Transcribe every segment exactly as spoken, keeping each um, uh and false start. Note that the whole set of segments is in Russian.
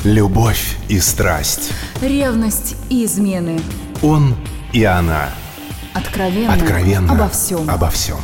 Любовь и страсть. Ревность и измены. Он и она. Откровенно, Откровенно обо всем. обо всем.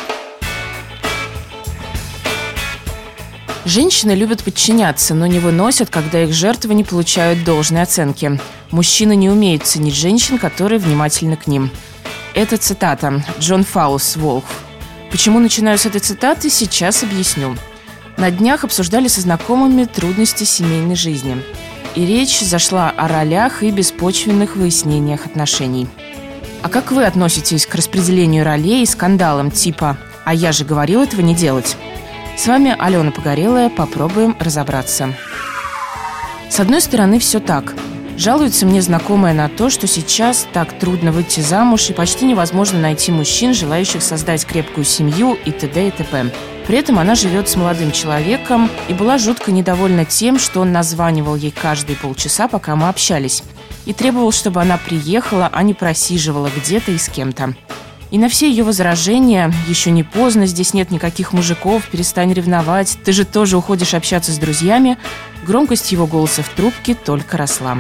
Женщины любят подчиняться, но не выносят, когда их жертвы не получают должной оценки. Мужчины не умеют ценить женщин, которые внимательны к ним. Это цитата. Джон Фаус, «Волк». Почему начинаю с этой цитаты, сейчас объясню. На днях обсуждали со знакомыми трудности семейной жизни. И речь зашла о ролях и беспочвенных выяснениях отношений. А как вы относитесь к распределению ролей и скандалам типа «А я же говорил этого не делать»? С вами Алена Погорелая, попробуем разобраться. С одной стороны, все так. Жалуется мне знакомая на то, что сейчас так трудно выйти замуж и почти невозможно найти мужчин, желающих создать крепкую семью и т.д. и т.п. При этом она живет с молодым человеком и была жутко недовольна тем, что он названивал ей каждые полчаса, пока мы общались, и требовал, чтобы она приехала, а не просиживала где-то и с кем-то. И на все ее возражения «еще не поздно, здесь нет никаких мужиков, перестань ревновать, ты же тоже уходишь общаться с друзьями», громкость его голоса в трубке только росла.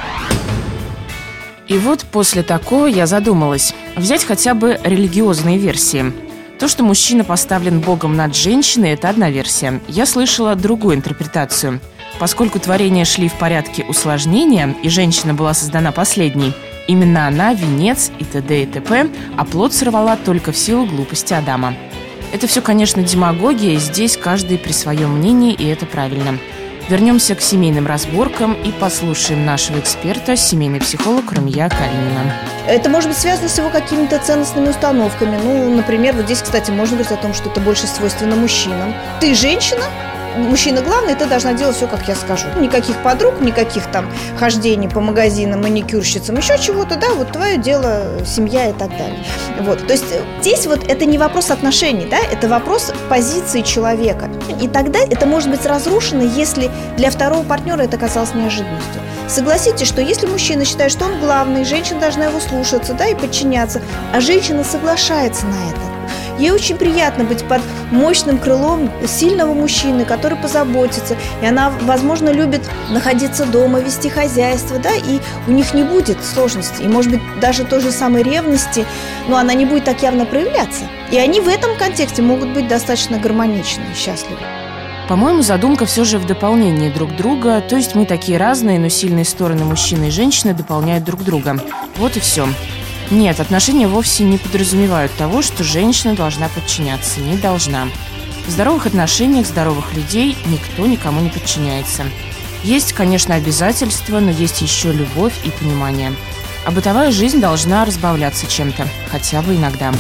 И вот после такого я задумалась. Взять хотя бы религиозные версии. То, что мужчина поставлен Богом над женщиной, это одна версия. Я слышала другую интерпретацию. Поскольку творения шли в порядке усложнения, и женщина была создана последней, именно она – венец и т.д. и т.п., а плод сорвала только в силу глупости Адама. Это все, конечно, демагогия, и здесь каждый при своем мнении, и это правильно. Вернемся к семейным разборкам и послушаем нашего эксперта, семейный психолог Румия Калинина. Это может быть связано с его какими-то ценностными установками. Ну, например, вот здесь, кстати, можно говорить о том, что это больше свойственно мужчинам. Ты женщина, мужчина главный, ты должна делать все, как я скажу. Никаких подруг, никаких там хождений по магазинам, маникюрщицам, еще чего-то, да, вот твое дело, семья и так далее. Вот, то есть здесь вот это не вопрос отношений, да, это вопрос позиции человека. И тогда это может быть разрушено, если для второго партнера это казалось неожиданностью. Согласитесь, что если мужчина считает, что он главный, женщина должна его слушаться, да, и подчиняться, а женщина соглашается на это, ей очень приятно быть под мощным крылом сильного мужчины, который позаботится. И она, возможно, любит находиться дома, вести хозяйство, да, и у них не будет сложностей. И, может быть, даже той же самой ревности, но она не будет так явно проявляться. И они в этом контексте могут быть достаточно гармоничны и счастливы. По-моему, задумка все же в дополнении друг друга. То есть мы такие разные, но сильные стороны мужчины и женщины дополняют друг друга. Вот и все. Нет, отношения вовсе не подразумевают того, что женщина должна подчиняться. Не должна. В здоровых отношениях здоровых людей никто никому не подчиняется. Есть, конечно, обязательства, но есть еще любовь и понимание. А бытовая жизнь должна разбавляться чем-то, хотя бы иногда.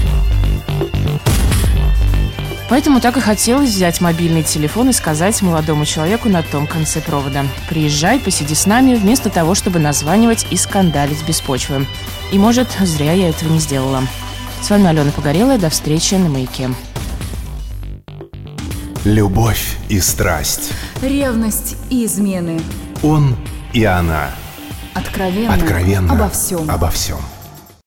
Поэтому так и хотелось взять мобильный телефон и сказать молодому человеку на том конце провода: «Приезжай, посиди с нами», вместо того, чтобы названивать и скандалить без почвы. И, может, зря я этого не сделала. С вами Алена Погорелая. До встречи на «Маяке». Любовь и страсть. Ревность и измены. Он и она. Откровенно, Откровенно обо всем. обо всем.